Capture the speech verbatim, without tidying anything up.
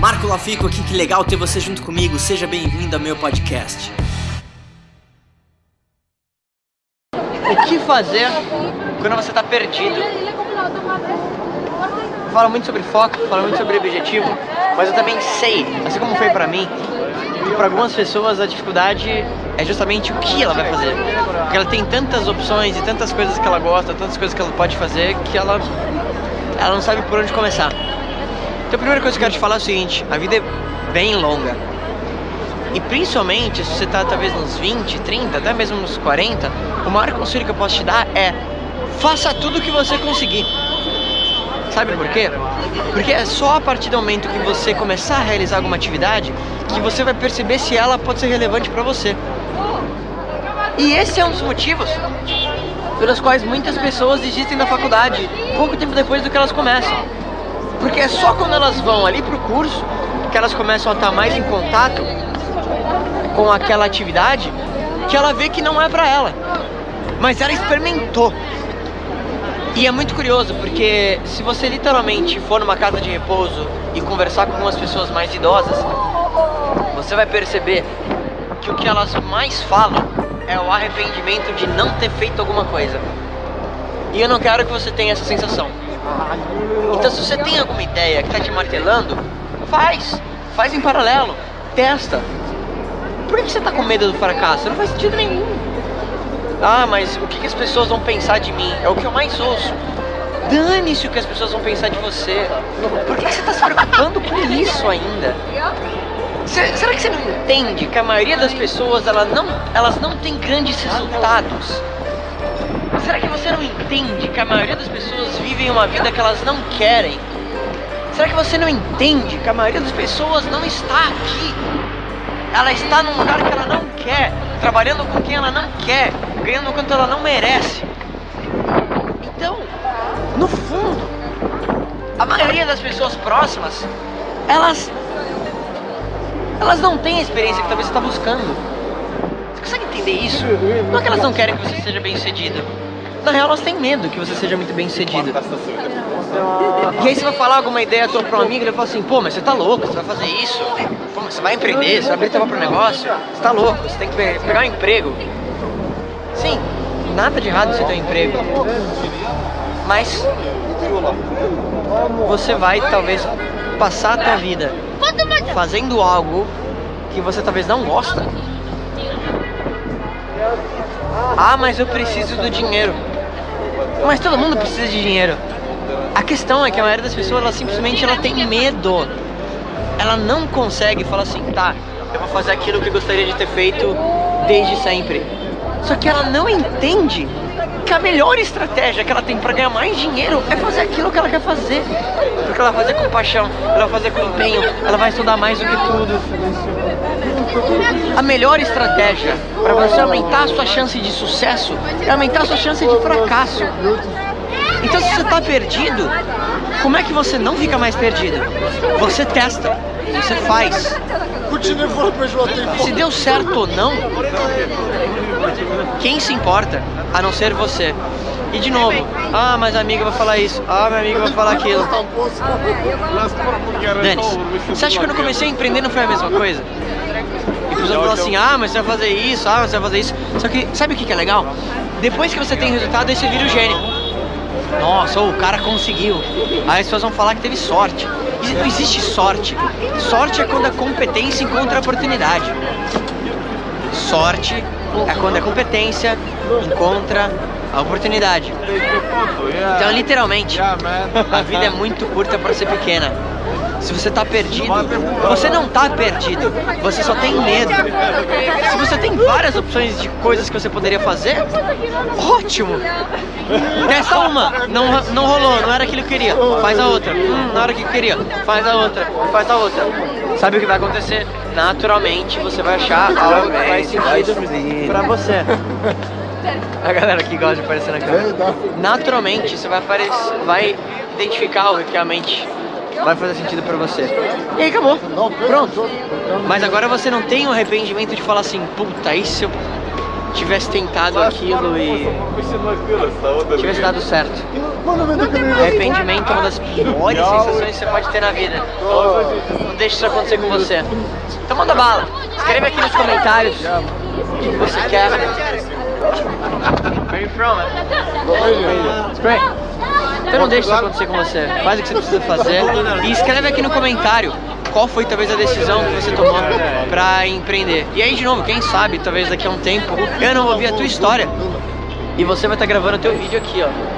Marco Lafico aqui, que legal ter você junto comigo. Seja bem-vindo ao meu podcast. O que fazer quando você está perdido? Eu falo muito sobre foco, falo muito sobre objetivo, mas eu também sei, assim como foi pra mim, que para algumas pessoas a dificuldade é justamente o que ela vai fazer. Porque ela tem tantas opções e tantas coisas que ela gosta, tantas coisas que ela pode fazer, que ela, ela não sabe por onde começar. Então a primeira coisa que eu quero te falar é o seguinte: a vida é bem longa. E principalmente se você tá talvez nos vinte, trinta, até mesmo nos quarenta, o maior conselho que eu posso te dar é: faça tudo o que você conseguir. Sabe por quê? Porque é só a partir do momento que você começar a realizar alguma atividade que você vai perceber se ela pode ser relevante pra você. E esse é um dos motivos pelos quais muitas pessoas desistem da faculdade pouco tempo depois do que elas começam. Porque é só quando elas vão ali pro curso que elas começam a estar mais em contato com aquela atividade que ela vê que não é pra ela, mas ela experimentou. E é muito curioso, porque se você literalmente for numa casa de repouso e conversar com algumas pessoas mais idosas, você vai perceber que o que elas mais falam é o arrependimento de não ter feito alguma coisa. E eu não quero que você tenha essa sensação. Então se você tem alguma ideia que está te martelando, faz, faz em paralelo, testa. Por que você está com medo do fracasso? Não faz sentido nenhum. Ah, mas o que as pessoas vão pensar de mim? É o que eu mais ouço. Dane-se o que as pessoas vão pensar de você. Por que você está se preocupando com isso ainda? Será que você não entende que a maioria das pessoas ela não, elas não tem grandes resultados? Será que você não entende que a maioria das pessoas vivem uma vida que elas não querem? Será que você não entende que a maioria das pessoas não está aqui? Ela está num lugar que ela não quer, trabalhando com quem ela não quer, ganhando quanto ela não merece. Então, no fundo, a maioria das pessoas próximas, elas elas não têm a experiência que talvez você está buscando. Você consegue entender isso? Não é que elas não querem que você seja bem sucedido. Na real, elas têm medo que você seja muito bem sucedido. E aí você vai falar alguma ideia tua pra um amigo e ele fala assim: pô, mas você tá louco, você vai fazer isso? Pô, mas você vai empreender, você vai abrir teu próprio negócio? Você tá louco, você tem que pegar um emprego. Sim, nada de errado você ter um emprego. Mas você vai talvez passar a tua vida fazendo algo que você talvez não gosta. Ah, mas eu preciso do dinheiro. Mas todo mundo precisa de dinheiro. A questão é que a maioria das pessoas, ela simplesmente ela tem medo. Ela não consegue falar assim: tá, eu vou fazer aquilo que eu gostaria de ter feito desde sempre. Só que ela não entende que a melhor estratégia que ela tem pra ganhar mais dinheiro é fazer aquilo que ela quer fazer. Porque ela vai fazer com paixão, ela vai fazer com empenho, ela vai estudar mais do que tudo. A melhor estratégia para você aumentar a sua chance de sucesso é aumentar a sua chance de fracasso. Então se você está perdido, como é que você não fica mais perdido? Você testa, você faz. Se deu certo ou não, quem se importa a não ser você? E de novo, ah, mas a amiga vai falar isso, ah, minha amiga vai falar aquilo. Dane-se, você acha que quando eu comecei a empreender não foi a mesma coisa? E a pessoa falou assim: ah, mas você vai fazer isso, ah, mas você vai fazer isso. Só que, sabe o que é legal? Depois que você tem resultado, aí você vira o gênio. Nossa, oh, o cara conseguiu. Aí as pessoas vão falar que teve sorte. Não existe sorte. Sorte é quando a competência encontra a oportunidade. Sorte é quando a competência encontra a oportunidade. Então, literalmente, a vida é muito curta para ser pequena. Se você tá perdido, você não tá perdido, você só tem medo. Se você tem várias opções de coisas que você poderia fazer, ótimo! Testa uma, não, não rolou, não era aquilo que eu queria, faz a outra. Hum, não era aquilo que eu queria, faz a outra, faz a outra. Sabe o que vai acontecer? Naturalmente você vai achar algo que faz sentido pra você. A galera que gosta de aparecer na câmera. Naturalmente você vai, aparecer, vai identificar o que realmente vai fazer sentido pra você. E aí acabou, pronto. Mas agora você não tem o arrependimento de falar assim: puta, e se eu, tivesse tentado aquilo e tivesse dado certo. Arrependimento é uma das piores sensações que você pode ter na vida. Não deixe isso acontecer com você. Então manda bala. Escreve aqui nos comentários o que você quer. Where are you from? It's great. Então não deixe isso acontecer com você. Faz o que você precisa fazer e escreve aqui no comentário qual foi talvez a decisão que você tomou pra empreender. E aí de novo, quem sabe, talvez daqui a um tempo eu não vou ouvir a tua história e você vai estar gravando o teu vídeo aqui, ó.